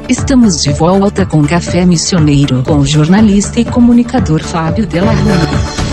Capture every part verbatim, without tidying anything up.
Estamos de volta com Café Missioneiro, com o jornalista e comunicador Fábio Della Rua.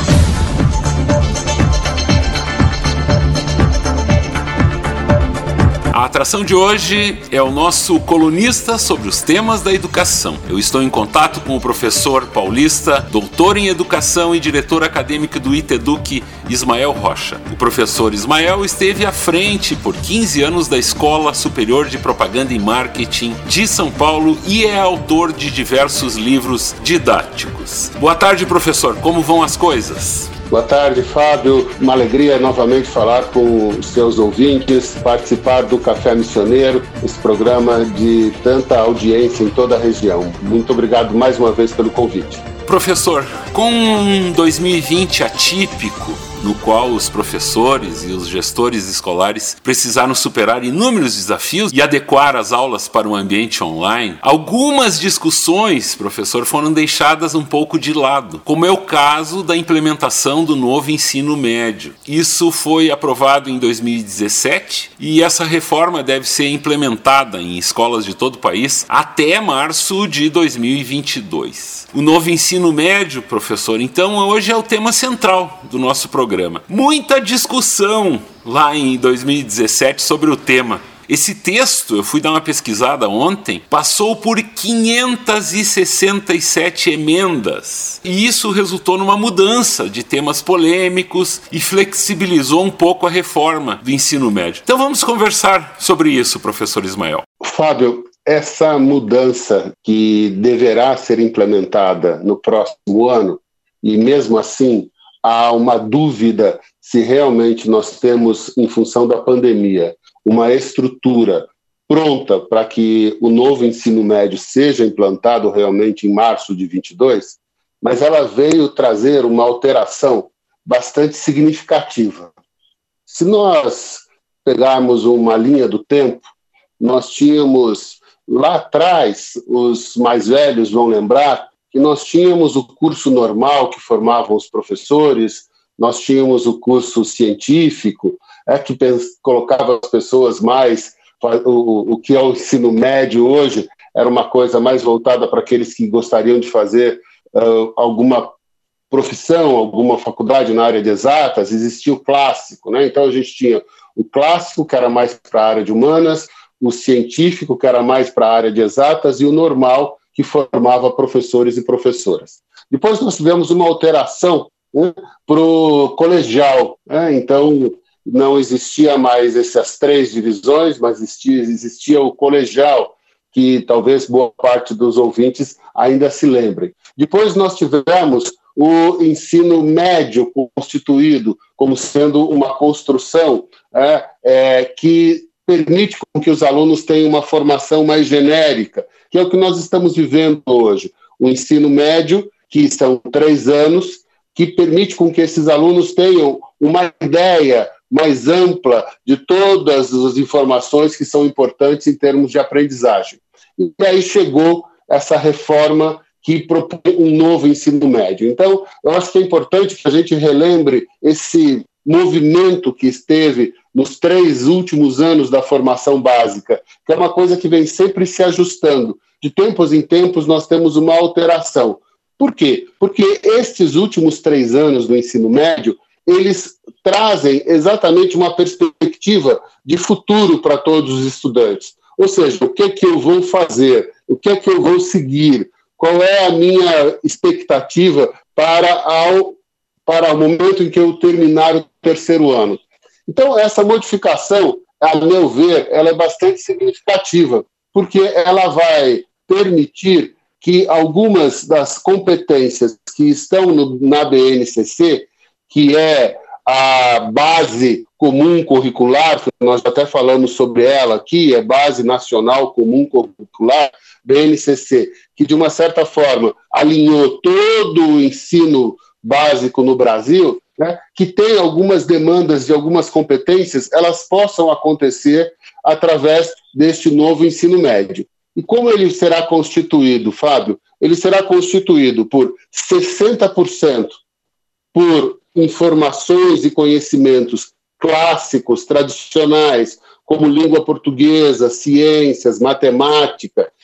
A atração de hoje é o nosso colunista sobre os temas da educação. Eu estou em contato com o professor paulista, doutor em educação e diretor acadêmico do ITEDUC, Ismael Rocha. O professor Ismael esteve à frente por quinze anos da Escola Superior de Propaganda e Marketing de São Paulo e é autor de diversos livros didáticos. Boa tarde, professor. Como vão as coisas? Boa tarde, Fábio. Uma alegria novamente falar com os seus ouvintes, participar do Café Missioneiro, esse programa de tanta audiência em toda a região. Muito obrigado mais uma vez pelo convite. Professor, com um dois mil e vinte atípico, no qual os professores e os gestores escolares precisaram superar inúmeros desafios e adequar as aulas para um ambiente online, algumas discussões, professor, foram deixadas um pouco de lado, como é o caso da implementação do novo ensino médio. Isso foi aprovado em dois mil e dezessete e essa reforma deve ser implementada em escolas de todo o país até março de dois mil e vinte e dois. O novo ensino médio, professor, então hoje é o tema central do nosso programa. Muita discussão lá em dois mil e dezessete sobre o tema. Esse texto, eu fui dar uma pesquisada ontem, passou por quinhentas e sessenta e sete emendas. E isso resultou numa mudança de temas polêmicos e flexibilizou um pouco a reforma do ensino médio. Então vamos conversar sobre isso, professor Ismael. Fábio, essa mudança que deverá ser implementada no próximo ano, e mesmo assim há uma dúvida se realmente nós temos, em função da pandemia, uma estrutura pronta para que o novo ensino médio seja implantado realmente em março de vinte e dois, mas ela veio trazer uma alteração bastante significativa. Se nós pegarmos uma linha do tempo, nós tínhamos lá atrás, os mais velhos vão lembrar, que nós tínhamos o curso normal que formavam os professores, nós tínhamos o curso científico, é, que colocava as pessoas mais... O, o que é o ensino médio hoje era uma coisa mais voltada para aqueles que gostariam de fazer uh, alguma profissão, alguma faculdade na área de exatas. Existia o clássico, né? Então a gente tinha o clássico, que era mais para a área de humanas, o científico, que era mais para a área de exatas, e o normal, que formava professores e professoras. Depois nós tivemos uma alteração, né, para o colegial, né? Então não existia mais essas três divisões, mas existia, existia o colegial, que talvez boa parte dos ouvintes ainda se lembrem. Depois nós tivemos o ensino médio constituído como sendo uma construção é, é, que permite que os alunos tenham uma formação mais genérica, que é o que nós estamos vivendo hoje. O ensino médio, que são três anos, que permite com que esses alunos tenham uma ideia mais ampla de todas as informações que são importantes em termos de aprendizagem. E aí chegou essa reforma que propõe um novo ensino médio. Então, eu acho que é importante que a gente relembre esse movimento que esteve nos três últimos anos da formação básica, que é uma coisa que vem sempre se ajustando. De tempos em tempos, nós temos uma alteração. Por quê? Porque estes últimos três anos do ensino médio, eles trazem exatamente uma perspectiva de futuro para todos os estudantes. Ou seja, o que é que eu vou fazer? O que é que eu vou seguir? Qual é a minha expectativa para, ao, para o momento em que eu terminar o terceiro ano? Então, essa modificação, a meu ver, ela é bastante significativa, porque ela vai permitir que algumas das competências que estão no, na B N C C, que é a base comum curricular, nós até falamos sobre ela aqui, é Base Nacional Comum Curricular, B N C C, que de uma certa forma alinhou todo o ensino básico no Brasil, né, que tem algumas demandas de algumas competências, elas possam acontecer através deste novo ensino médio. E como ele será constituído, Fábio? Ele será constituído por sessenta por cento por informações e conhecimentos clássicos, tradicionais, como língua portuguesa, ciências, matemática,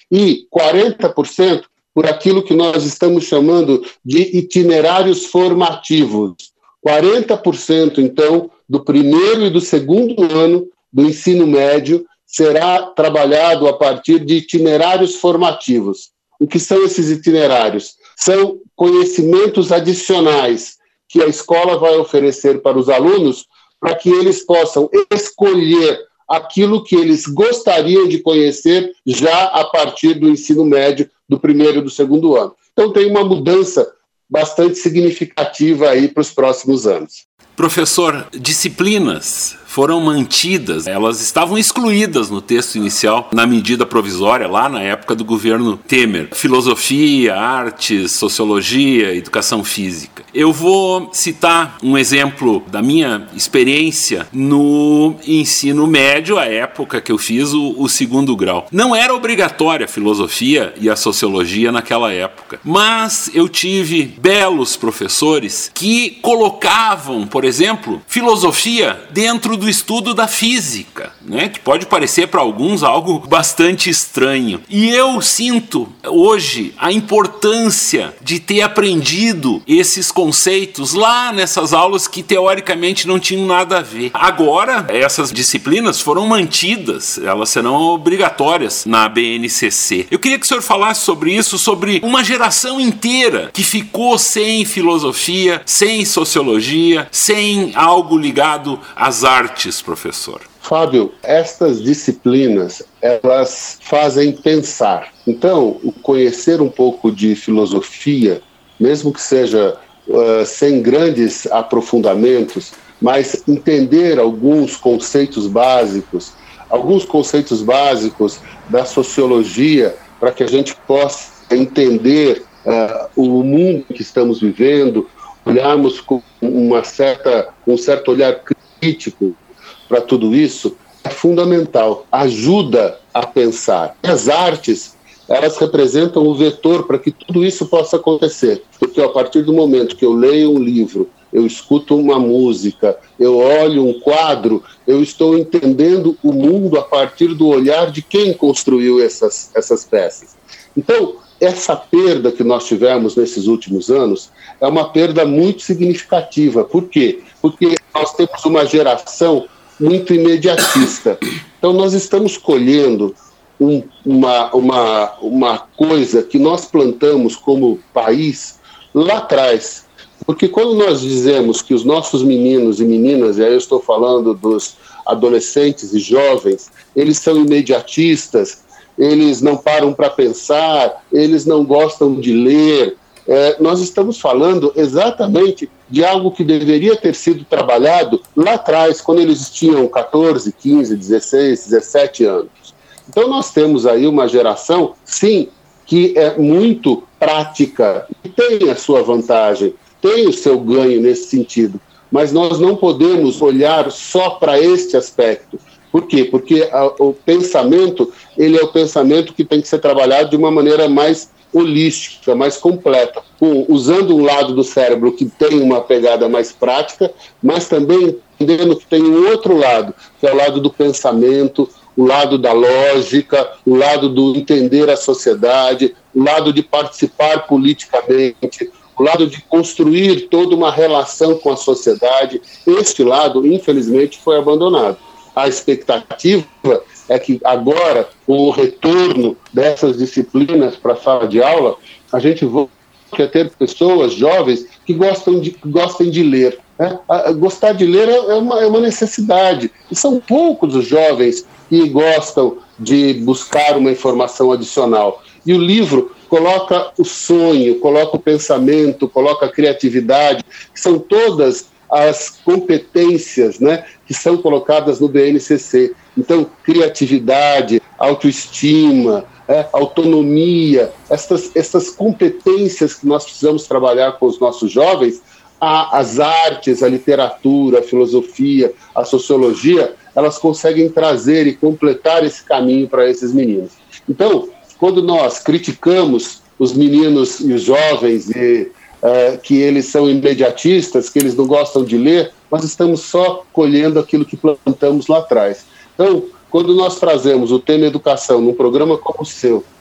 e quarenta por cento por aquilo que nós estamos chamando de itinerários formativos. quarenta por cento, então, do primeiro e do segundo ano do ensino médio será trabalhado a partir de itinerários formativos. O que são esses itinerários? São conhecimentos adicionais que a escola vai oferecer para os alunos para que eles possam escolher aquilo que eles gostariam de conhecer já a partir do ensino médio, do primeiro e do segundo ano. Então tem uma mudança bastante significativa aí para os próximos anos. Professor, disciplinas foram mantidas, elas estavam excluídas no texto inicial, na medida provisória, lá na época do governo Temer. Filosofia, artes, sociologia, educação física. Eu vou citar um exemplo da minha experiência no ensino médio, a época que eu fiz o, o segundo grau. Não era obrigatória a filosofia e a sociologia naquela época, mas eu tive belos professores que colocavam, por exemplo, filosofia dentro do estudo da física, né? Que pode parecer para alguns algo bastante estranho. E eu sinto hoje a importância de ter aprendido esses conceitos lá nessas aulas que teoricamente não tinham nada a ver. Agora, essas disciplinas foram mantidas, elas serão obrigatórias na B N C C. Eu queria que o senhor falasse sobre isso, sobre uma geração inteira que ficou sem filosofia, sem sociologia, sem algo ligado às artes, professor. Fábio, estas disciplinas, elas fazem pensar. Então, o conhecer um pouco de filosofia, mesmo que seja uh, sem grandes aprofundamentos, mas entender alguns conceitos básicos, alguns conceitos básicos da sociologia, para que a gente possa entender uh, o mundo que estamos vivendo, olharmos com uma certa, um certo olhar crítico para tudo isso, é fundamental, ajuda a pensar. As artes, elas representam o vetor para que tudo isso possa acontecer, porque a partir do momento que eu leio um livro, eu escuto uma música, eu olho um quadro, eu estou entendendo o mundo a partir do olhar de quem construiu essas, essas peças. Então, essa perda que nós tivemos nesses últimos anos é uma perda muito significativa. Por quê? Porque nós temos uma geração muito imediatista. Então, nós estamos colhendo um, uma, uma, uma coisa que nós plantamos como país lá atrás. Porque quando nós dizemos que os nossos meninos e meninas, e aí eu estou falando dos adolescentes e jovens, eles são imediatistas, eles não param para pensar, eles não gostam de ler, É, nós estamos falando exatamente de algo que deveria ter sido trabalhado lá atrás, quando eles tinham catorze, quinze, dezesseis, dezessete anos. Então nós temos aí uma geração, sim, que é muito prática, e tem a sua vantagem, tem o seu ganho nesse sentido, mas nós não podemos olhar só para este aspecto. Por quê? Porque a, o pensamento, ele é o pensamento que tem que ser trabalhado de uma maneira mais holística, mais completa, com, usando um lado do cérebro que tem uma pegada mais prática, mas também entendendo que tem um outro lado, que é o lado do pensamento, o lado da lógica, o lado do entender a sociedade, o lado de participar politicamente, o lado de construir toda uma relação com a sociedade. Este lado, infelizmente, foi abandonado. A expectativa é que agora, com o retorno dessas disciplinas para a sala de aula, a gente volte a ter pessoas jovens que gostam de, que gostem de ler. Né? A, a, gostar de ler é uma, é uma necessidade. E são poucos os jovens que gostam de buscar uma informação adicional. E o livro coloca o sonho, coloca o pensamento, coloca a criatividade, que são todas as competências, né, que são colocadas no B N C C. Então, criatividade, autoestima, é, autonomia, essas, essas competências que nós precisamos trabalhar com os nossos jovens, a, as artes, a literatura, a filosofia, a sociologia, elas conseguem trazer e completar esse caminho para esses meninos. Então, quando nós criticamos os meninos e os jovens e Uh, que eles são imediatistas, que eles não gostam de ler, nós estamos só colhendo aquilo que plantamos lá atrás. Então, quando nós trazemos o tema educação num programa como o seu,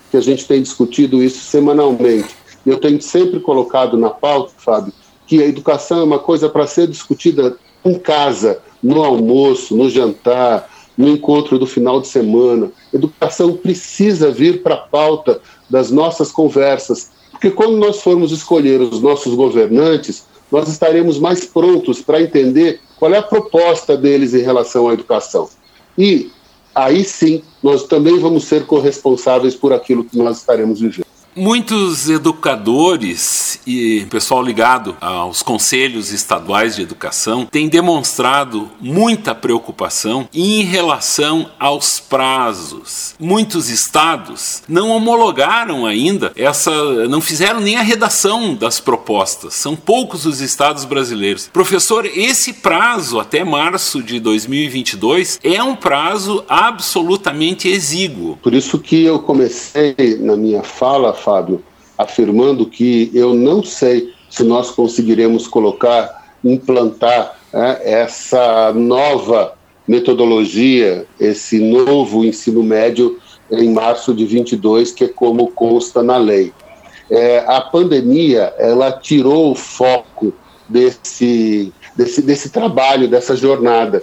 que a gente tem discutido isso semanalmente. Eu tenho sempre colocado na pauta, Fábio, que a educação é uma coisa para ser discutida em casa, no almoço, no jantar, no encontro do final de semana. Educação precisa vir para a pauta das nossas conversas, porque quando nós formos escolher os nossos governantes, nós estaremos mais prontos para entender qual é a proposta deles em relação à educação. E aí sim, nós também vamos ser corresponsáveis por aquilo que nós estaremos vivendo. Muitos educadores e pessoal ligado aos conselhos estaduais de educação têm demonstrado muita preocupação em relação aos prazos. Muitos estados não homologaram ainda essa, não fizeram nem a redação das propostas. São poucos os estados brasileiros. Professor, esse prazo até março de dois mil e vinte e dois é um prazo absolutamente exíguo. Por isso que eu comecei na minha fala, Fábio, afirmando que eu não sei se nós conseguiremos colocar, implantar né, essa nova metodologia, esse novo ensino médio em março de vinte e dois, que é como consta na lei. É, a pandemia, ela tirou o foco desse, desse, desse trabalho, dessa jornada,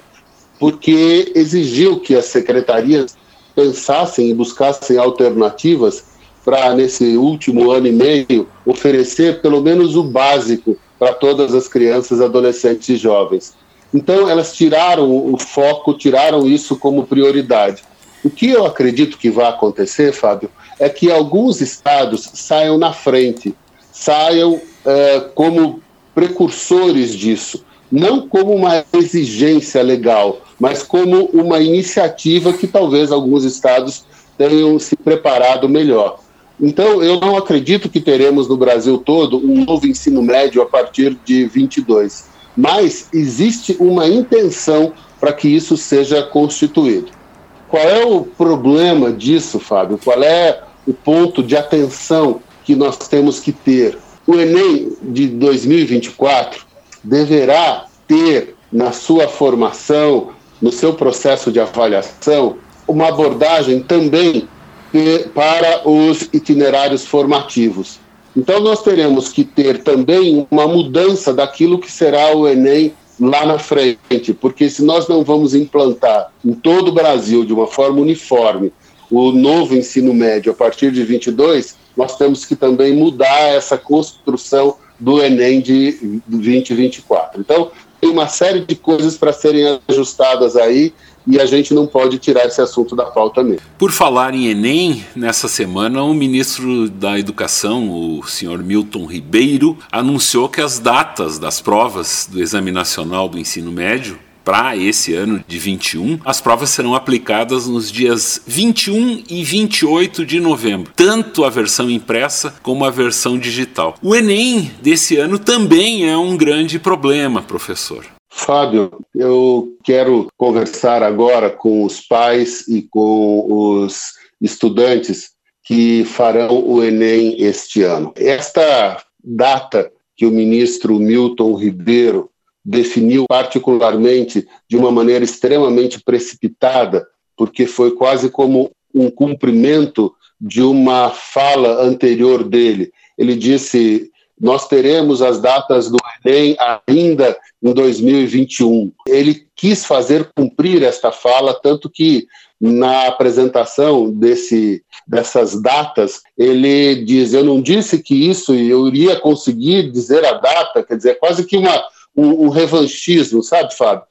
porque exigiu que as secretarias pensassem e buscassem alternativas para, nesse último ano e meio, oferecer pelo menos o básico para todas as crianças, adolescentes e jovens. Então, elas tiraram o foco, tiraram isso como prioridade. O que eu acredito que vai acontecer, Fábio, é que alguns estados saiam na frente, saiam é, como precursores disso, não como uma exigência legal, mas como uma iniciativa que talvez alguns estados tenham se preparado melhor. Então, eu não acredito que teremos no Brasil todo um novo ensino médio a partir de vinte e dois, mas existe uma intenção para que isso seja constituído. Qual é o problema disso, Fábio? Qual é o ponto de atenção que nós temos que ter? O Enem de dois mil e vinte e quatro deverá ter na sua formação, no seu processo de avaliação, uma abordagem também para os itinerários formativos. Então, nós teremos que ter também uma mudança daquilo que será o Enem lá na frente, porque se nós não vamos implantar em todo o Brasil, de uma forma uniforme, o novo ensino médio a partir de vinte e dois, nós temos que também mudar essa construção do Enem de vinte e vinte e quatro. Então, tem uma série de coisas para serem ajustadas aí, e a gente não pode tirar esse assunto da pauta mesmo. Por falar em Enem, nessa semana o ministro da Educação, o senhor Milton Ribeiro, anunciou que as datas das provas do Exame Nacional do Ensino Médio para esse ano de vinte e um, as provas serão aplicadas nos dias vinte e um e vinte e oito de novembro, tanto a versão impressa como a versão digital. O Enem desse ano também é um grande problema, professor. Fábio, eu quero conversar agora com os pais e com os estudantes que farão o Enem este ano. Esta data que o ministro Milton Ribeiro definiu particularmente de uma maneira extremamente precipitada, porque foi quase como um cumprimento de uma fala anterior dele. Ele disse: nós teremos as datas do Enem ainda em dois mil e vinte e um. Ele quis fazer cumprir esta fala, tanto que na apresentação desse, dessas datas, ele diz: eu não disse que isso eu iria conseguir dizer a data, quer dizer, quase que uma, um, um revanchismo, sabe, Fábio?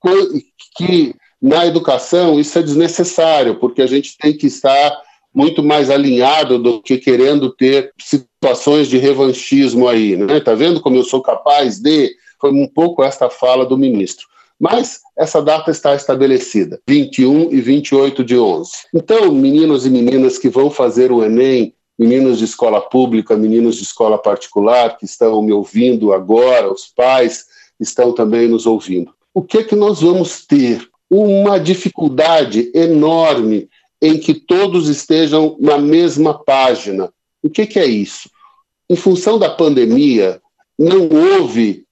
Que na educação isso é desnecessário, porque a gente tem que estar muito mais alinhado do que querendo ter situações de revanchismo aí, né? Tá vendo como eu sou capaz de... Foi um pouco esta fala do ministro. Mas essa data está estabelecida, vinte e um e vinte e oito de onze. Então, meninos e meninas que vão fazer o Enem, meninos de escola pública, meninos de escola particular, que estão me ouvindo agora, os pais estão também nos ouvindo. O que é que nós vamos ter? Uma dificuldade enorme em que todos estejam na mesma página. O que, que é isso? Em função da pandemia, não houve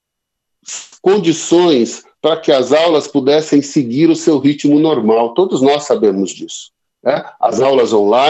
condições para que as aulas pudessem seguir o seu ritmo normal. Todos nós sabemos disso, né? As aulas online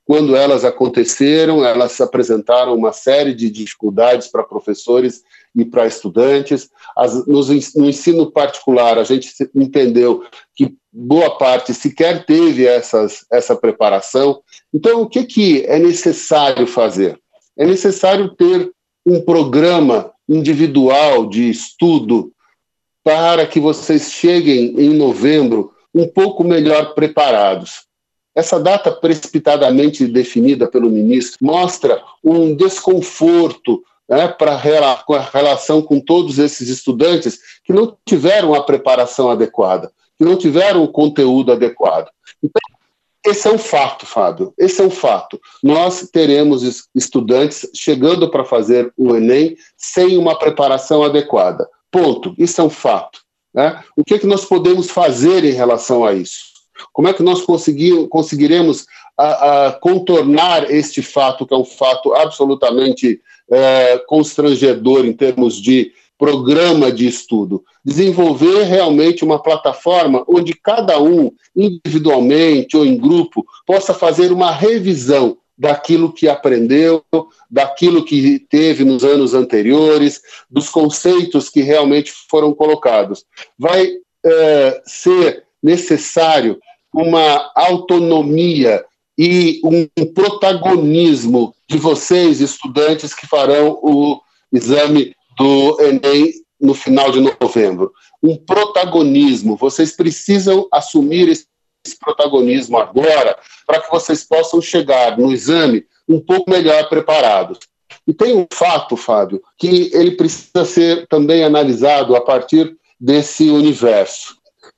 quando elas aconteceram, elas apresentaram uma série de dificuldades para professores e para estudantes. As, nos, no ensino particular, a gente entendeu que boa parte sequer teve essas, essa preparação. Então, o que, que é necessário fazer? É necessário ter um programa individual de estudo para que vocês cheguem em novembro um pouco melhor preparados. Essa data precipitadamente definida pelo ministro mostra um desconforto, né, para a relação com todos esses estudantes que não tiveram a preparação adequada, que não tiveram o conteúdo adequado. Então, esse é um fato, Fábio, esse é um fato. Nós teremos estudantes chegando para fazer o Enem sem uma preparação adequada. Ponto. Isso é um fato, né? O que é que nós podemos fazer em relação a isso? Como é que nós conseguiremos a, a contornar este fato, que é um fato absolutamente é, constrangedor em termos de programa de estudo? Desenvolver realmente uma plataforma onde cada um, individualmente ou em grupo, possa fazer uma revisão daquilo que aprendeu, daquilo que teve nos anos anteriores, dos conceitos que realmente foram colocados. Vai é, ser necessário uma autonomia e um protagonismo de vocês, estudantes, que farão o exame do Enem no final de novembro. Um protagonismo. Vocês precisam assumir esse protagonismo agora para que vocês possam chegar no exame um pouco melhor preparados. E tem um fato, Fábio, que ele precisa ser também analisado a partir desse universo.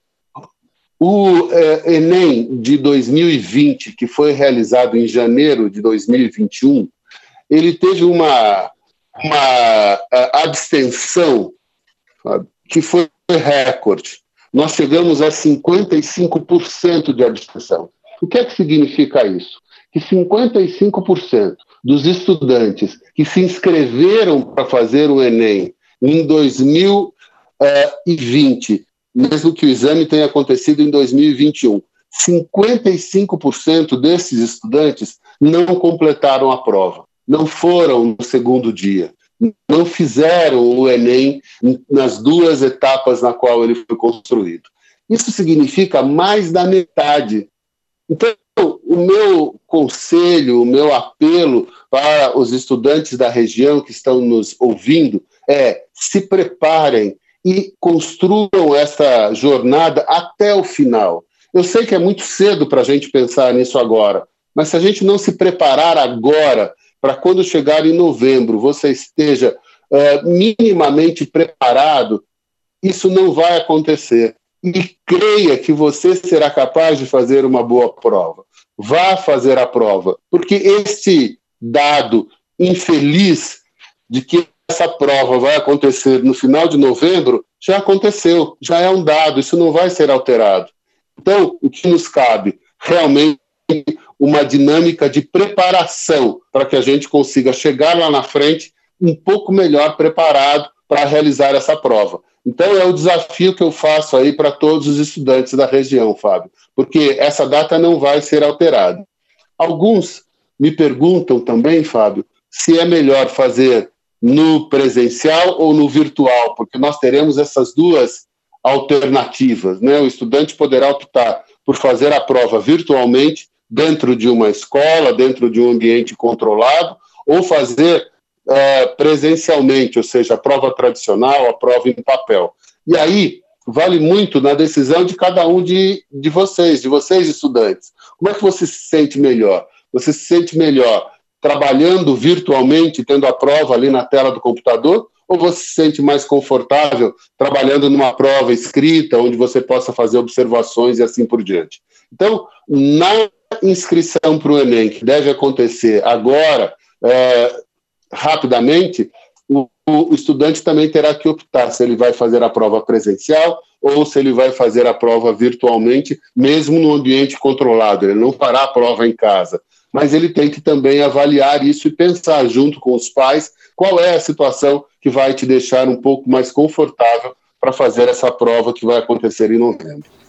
O eh, Enem de dois mil e vinte, que foi realizado em janeiro de dois mil e vinte e um, ele teve uma, uma abstenção, sabe, que foi recorde. Nós chegamos a cinquenta e cinco por cento de abstenção. O que é que significa isso? Que cinquenta e cinco por cento dos estudantes que se inscreveram para fazer o Enem em dois mil e vinte, mesmo que o exame tenha acontecido em dois mil e vinte e um, cinquenta e cinco por cento desses estudantes não completaram a prova, não foram no segundo dia, não fizeram o Enem nas duas etapas na qual ele foi construído. Isso significa mais da metade. Então, o meu conselho, o meu apelo para os estudantes da região que estão nos ouvindo é: se preparem e construam essa jornada até o final. Eu sei que é muito cedo para a gente pensar nisso agora, mas se a gente não se preparar agora, para quando chegar em novembro você esteja uh, minimamente preparado, isso não vai acontecer. E creia que você será capaz de fazer uma boa prova. Vá fazer a prova, porque este dado infeliz de que essa prova vai acontecer no final de novembro já aconteceu, já é um dado, isso não vai ser alterado. Então, o que nos cabe? Realmente uma dinâmica de preparação para que a gente consiga chegar lá na frente um pouco melhor preparado para realizar essa prova. Então, é o desafio que eu faço aí para todos os estudantes da região, Fábio, porque essa data não vai ser alterada. Alguns me perguntam também, Fábio, se é melhor fazer no presencial ou no virtual, porque nós teremos essas duas alternativas, né? O estudante poderá optar por fazer a prova virtualmente, dentro de uma escola, dentro de um ambiente controlado, ou fazer é, presencialmente, ou seja, a prova tradicional, a prova em papel. E aí, vale muito na decisão de cada um de, de vocês, de vocês estudantes. Como é que você se sente melhor? Você se sente melhor trabalhando virtualmente, tendo a prova ali na tela do computador, ou você se sente mais confortável trabalhando numa prova escrita, onde você possa fazer observações e assim por diante? Então, na inscrição para o Enem, que deve acontecer agora, é, rapidamente, o, o estudante também terá que optar se ele vai fazer a prova presencial ou se ele vai fazer a prova virtualmente, mesmo no ambiente controlado. Ele não fará a prova em casa, mas ele tem que também avaliar isso e pensar junto com os pais qual é a situação que vai te deixar um pouco mais confortável para fazer essa prova que vai acontecer em novembro.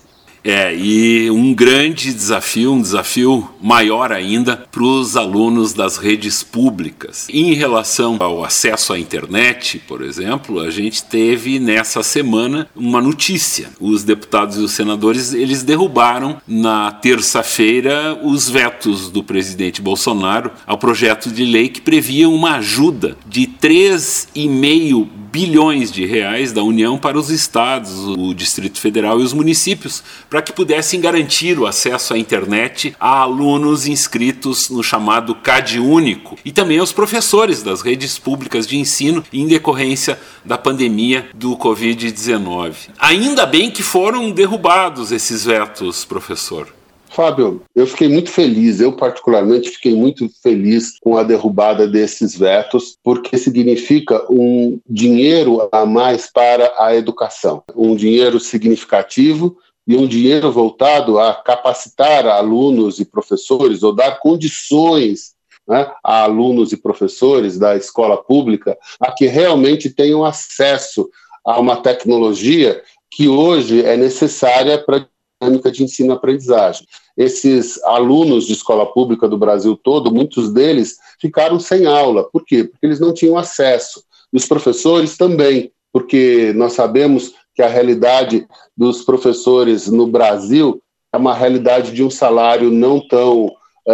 É, e um grande desafio, um desafio maior ainda para os alunos das redes públicas. Em relação ao acesso à internet, por exemplo, a gente teve nessa semana uma notícia. Os deputados e os senadores, eles derrubaram na terça-feira os vetos do presidente Bolsonaro ao projeto de lei que previa uma ajuda de três vírgula cinco bilhões de reais da União para os estados, o Distrito Federal e os municípios, para que pudessem garantir o acesso à internet a alunos inscritos no chamado CadÚnico e também aos professores das redes públicas de ensino em decorrência da pandemia do covid dezenove. Ainda bem que foram derrubados esses vetos, professor. Fábio, eu fiquei muito feliz, eu particularmente fiquei muito feliz com a derrubada desses vetos, porque significa um dinheiro a mais para a educação, um dinheiro significativo e um dinheiro voltado a capacitar alunos e professores ou dar condições, né, a alunos e professores da escola pública a que realmente tenham acesso a uma tecnologia que hoje é necessária para a dinâmica de ensino-aprendizagem. Esses alunos de escola pública do Brasil todo, muitos deles ficaram sem aula. Por quê? Porque eles não tinham acesso. E os professores também, porque nós sabemos que a realidade dos professores no Brasil é uma realidade de um salário não tão,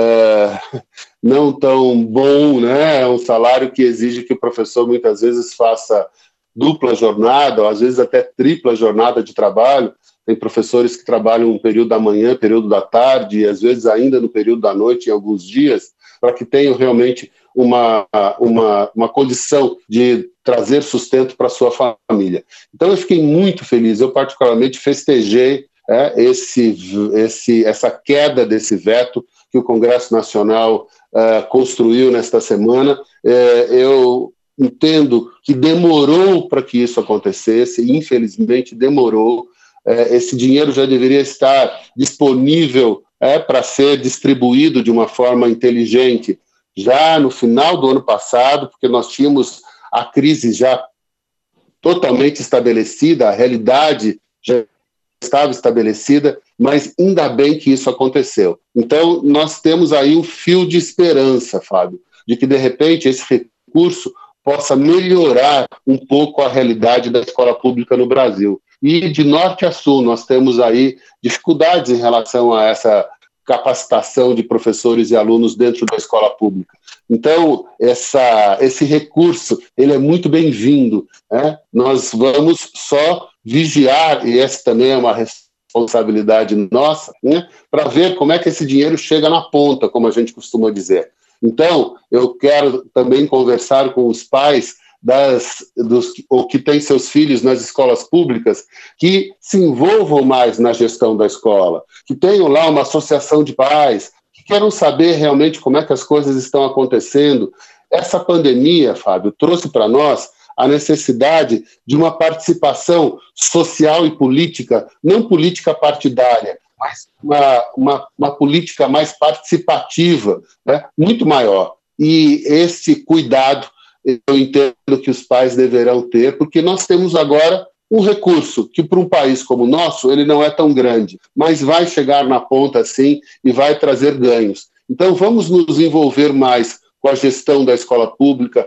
é, não tão bom, né? É um salário que exige que o professor muitas vezes faça dupla jornada, ou às vezes até tripla jornada de trabalho. Tem professores que trabalham um período da manhã, período da tarde, e às vezes ainda no período da noite em alguns dias, para que tenham realmente uma, uma, uma condição de trazer sustento para a sua família. Então eu fiquei muito feliz, eu particularmente festejei é, esse, esse, essa queda desse veto que o Congresso Nacional é, construiu nesta semana. É, eu entendo que demorou para que isso acontecesse, infelizmente demorou. É, esse dinheiro já deveria estar disponível é, para ser distribuído de uma forma inteligente já no final do ano passado, porque nós tínhamos a crise já totalmente estabelecida, a realidade já estava estabelecida, mas ainda bem que isso aconteceu. Então, nós temos aí um fio de esperança, Fábio, de que, de repente, esse recurso possa melhorar um pouco a realidade da escola pública no Brasil. E de norte a sul nós temos aí dificuldades em relação a essa capacitação de professores e alunos dentro da escola pública. Então, essa, esse recurso ele é muito bem-vindo, né? Nós vamos só vigiar, e essa também é uma responsabilidade nossa, né? Para ver como é que esse dinheiro chega na ponta, como a gente costuma dizer. Então, eu quero também conversar com os pais das, dos, ou que têm seus filhos nas escolas públicas, que se envolvam mais na gestão da escola, que tenham lá uma associação de pais, que queiram saber realmente como é que as coisas estão acontecendo. Essa pandemia, Fábio, trouxe para nós a necessidade de uma participação social e política, não política partidária, mas uma, uma, uma política mais participativa, né, muito maior. E esse cuidado eu entendo que os pais deverão ter, porque nós temos agora um recurso que para um país como o nosso ele não é tão grande, mas vai chegar na ponta sim e vai trazer ganhos. Então vamos nos envolver mais com a gestão da escola pública,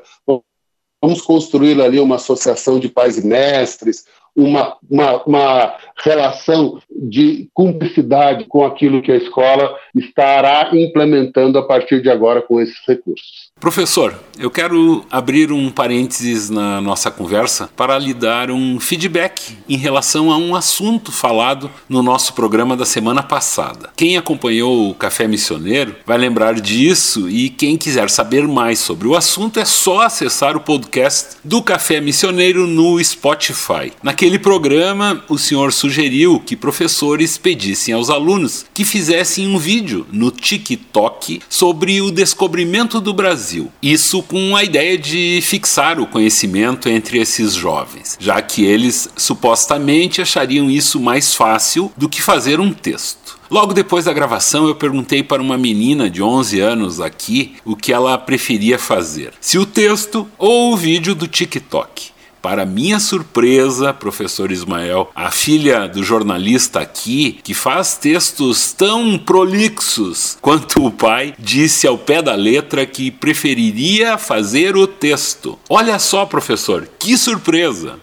vamos construir ali uma associação de pais e mestres, uma, uma, uma relação de cumplicidade com aquilo que a escola estará implementando a partir de agora com esses recursos. Professor, eu quero abrir um parênteses na nossa conversa para lhe dar um feedback em relação a um assunto falado no nosso programa da semana passada. Quem acompanhou o Café Missioneiro vai lembrar disso, e quem quiser saber mais sobre o assunto é só acessar o podcast do Café Missioneiro no Spotify. Naquele programa, o senhor sugeriu que professores pedissem aos alunos que fizessem um vídeo no TikTok sobre o descobrimento do Brasil. Isso com a ideia de fixar o conhecimento entre esses jovens, já que eles supostamente achariam isso mais fácil do que fazer um texto. Logo depois da gravação, eu perguntei para uma menina de onze anos aqui o que ela preferia fazer, se o texto ou o vídeo do TikTok. Para minha surpresa, professor Ismael, a filha do jornalista aqui, que faz textos tão prolixos quanto o pai, disse ao pé da letra que preferiria fazer o texto. Olha só, professor, que surpresa!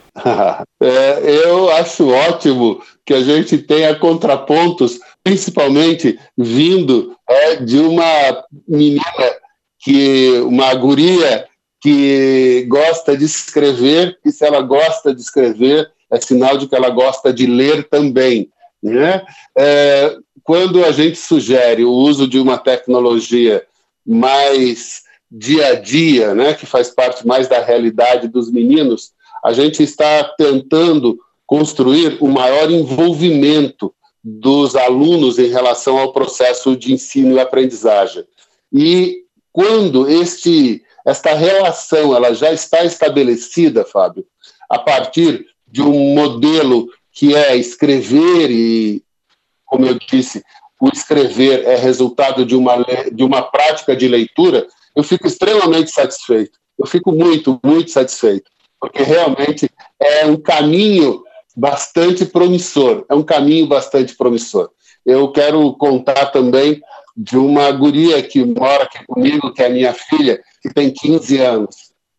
É, eu acho ótimo que a gente tenha contrapontos, principalmente vindo é, de uma menina, que, uma guria que gosta de escrever, e se ela gosta de escrever, é sinal de que ela gosta de ler também, né? É, quando a gente sugere o uso de uma tecnologia mais dia a dia, né, que faz parte mais da realidade dos meninos, a gente está tentando construir um maior envolvimento dos alunos em relação ao processo de ensino e aprendizagem. E quando este, esta relação ela já está estabelecida, Fábio, a partir de um modelo que é escrever e, como eu disse, o escrever é resultado de uma, de uma prática de leitura, eu fico extremamente satisfeito. Eu fico muito, muito satisfeito, porque realmente é um caminho bastante promissor, é um caminho bastante promissor. Eu quero contar também de uma guria que mora aqui comigo, que é a minha filha, que tem quinze anos.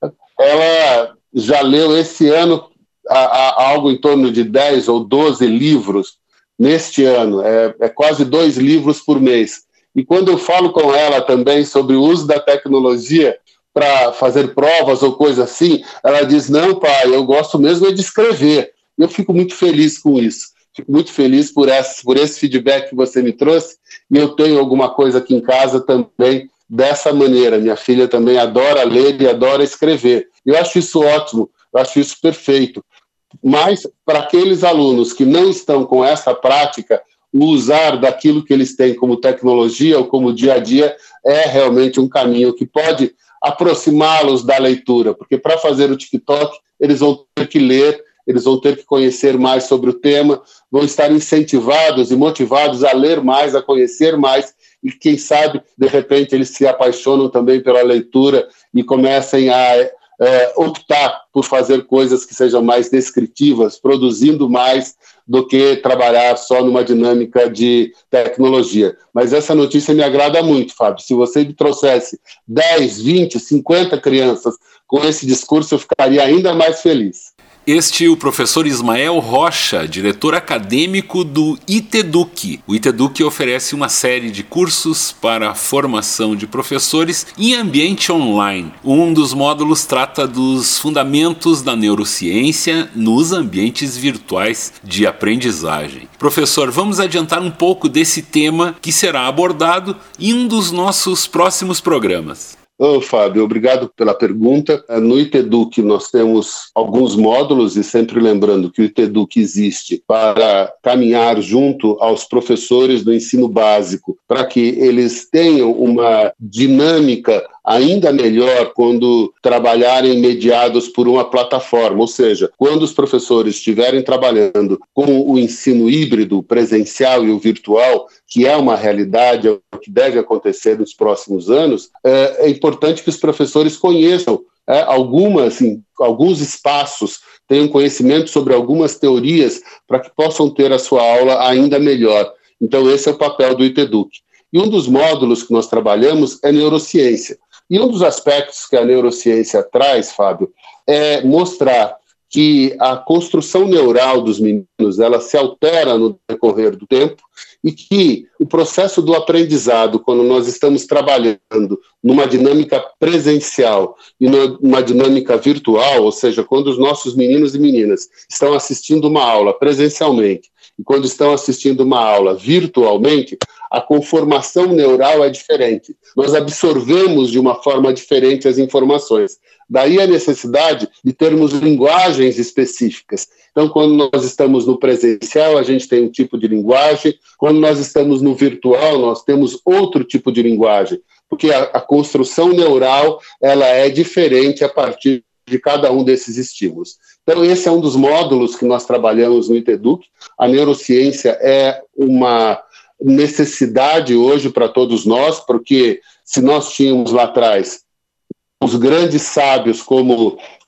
Ela já leu esse ano a, a, algo em torno de dez ou doze livros neste ano, é, é quase dois livros por mês. E quando eu falo com ela também sobre o uso da tecnologia para fazer provas ou coisa assim, ela diz, não, pai, eu gosto mesmo é de escrever. Eu fico muito feliz com isso. Fico muito feliz por esse, por esse feedback que você me trouxe, e eu tenho alguma coisa aqui em casa também dessa maneira. Minha filha também adora ler e adora escrever. Eu acho isso ótimo, eu acho isso perfeito. Mas, para aqueles alunos que não estão com essa prática, o usar daquilo que eles têm como tecnologia ou como dia a dia é realmente um caminho que pode aproximá-los da leitura, porque para fazer o TikTok eles vão ter que ler, eles vão ter que conhecer mais sobre o tema, vão estar incentivados e motivados a ler mais, a conhecer mais, e quem sabe, de repente, eles se apaixonam também pela leitura e comecem a é, optar por fazer coisas que sejam mais descritivas, produzindo mais do que trabalhar só numa dinâmica de tecnologia. Mas essa notícia me agrada muito, Fábio. Se você me trouxesse dez, vinte, cinquenta crianças com esse discurso, eu ficaria ainda mais feliz. Este é o professor Ismael Rocha, diretor acadêmico do ITEDUC. O ITEDUC oferece uma série de cursos para a formação de professores em ambiente online. Um dos módulos trata dos fundamentos da neurociência nos ambientes virtuais de aprendizagem. Professor, vamos adiantar um pouco desse tema que será abordado em um dos nossos próximos programas. Ô, Fábio, obrigado pela pergunta. No ITEDUC nós temos alguns módulos, e sempre lembrando que o ITEDUC existe para caminhar junto aos professores do ensino básico, para que eles tenham uma dinâmica ainda melhor quando trabalharem mediados por uma plataforma, ou seja, quando os professores estiverem trabalhando com o ensino híbrido, presencial e o virtual, que é uma realidade, é o que deve acontecer nos próximos anos, é, é importante que os professores conheçam é, algumas, assim, alguns espaços, tenham conhecimento sobre algumas teorias para que possam ter a sua aula ainda melhor. Então esse é o papel do ITEDUC. E um dos módulos que nós trabalhamos é neurociência. E um dos aspectos que a neurociência traz, Fábio, é mostrar que a construção neural dos meninos ela se altera no decorrer do tempo e que o processo do aprendizado, quando nós estamos trabalhando numa dinâmica presencial e numa dinâmica virtual, ou seja, quando os nossos meninos e meninas estão assistindo uma aula presencialmente e quando estão assistindo uma aula virtualmente, a conformação neural é diferente. Nós absorvemos de uma forma diferente as informações. Daí a necessidade de termos linguagens específicas. Então, quando nós estamos no presencial, a gente tem um tipo de linguagem. Quando nós estamos no virtual, nós temos outro tipo de linguagem. Porque a, a construção neural ela é diferente a partir de cada um desses estímulos. Então, esse é um dos módulos que nós trabalhamos no ITEDUC. A neurociência é uma necessidade hoje para todos nós, porque se nós tínhamos lá atrás os grandes sábios como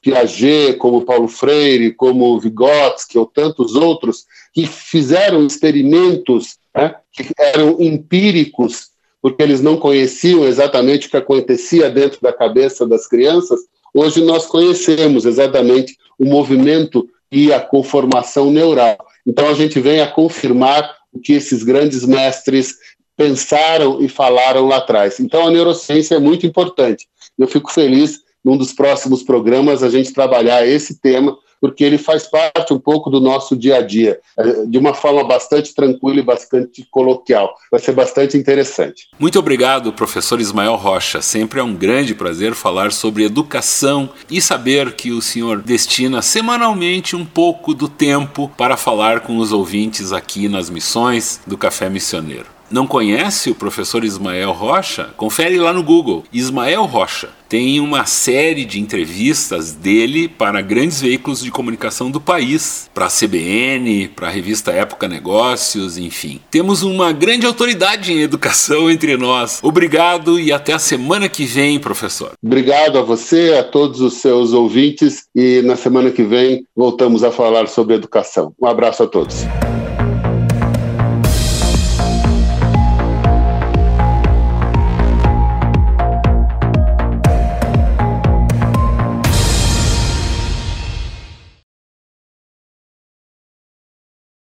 Piaget, como Paulo Freire, como Vygotsky ou tantos outros, que fizeram experimentos, né, que eram empíricos, porque eles não conheciam exatamente o que acontecia dentro da cabeça das crianças. Hoje nós conhecemos exatamente o movimento e a conformação neural. Então a gente vem a confirmar o que esses grandes mestres pensaram e falaram lá atrás. Então a neurociência é muito importante. Eu fico feliz, num dos próximos programas, a gente trabalhar esse tema, porque ele faz parte um pouco do nosso dia a dia, de uma forma bastante tranquila e bastante coloquial. Vai ser bastante interessante. Muito obrigado, professor Ismael Rocha. Sempre é um grande prazer falar sobre educação e saber que o senhor destina semanalmente um pouco do tempo para falar com os ouvintes aqui nas missões do Café Missioneiro. Não conhece o professor Ismael Rocha? Confere lá no Google, Ismael Rocha. Tem uma série de entrevistas dele para grandes veículos de comunicação do país, para a C B N, para a revista Época Negócios, enfim. Temos uma grande autoridade em educação entre nós. Obrigado e até a semana que vem, professor. Obrigado a você, a todos os seus ouvintes, e na semana que vem voltamos a falar sobre educação. Um abraço a todos.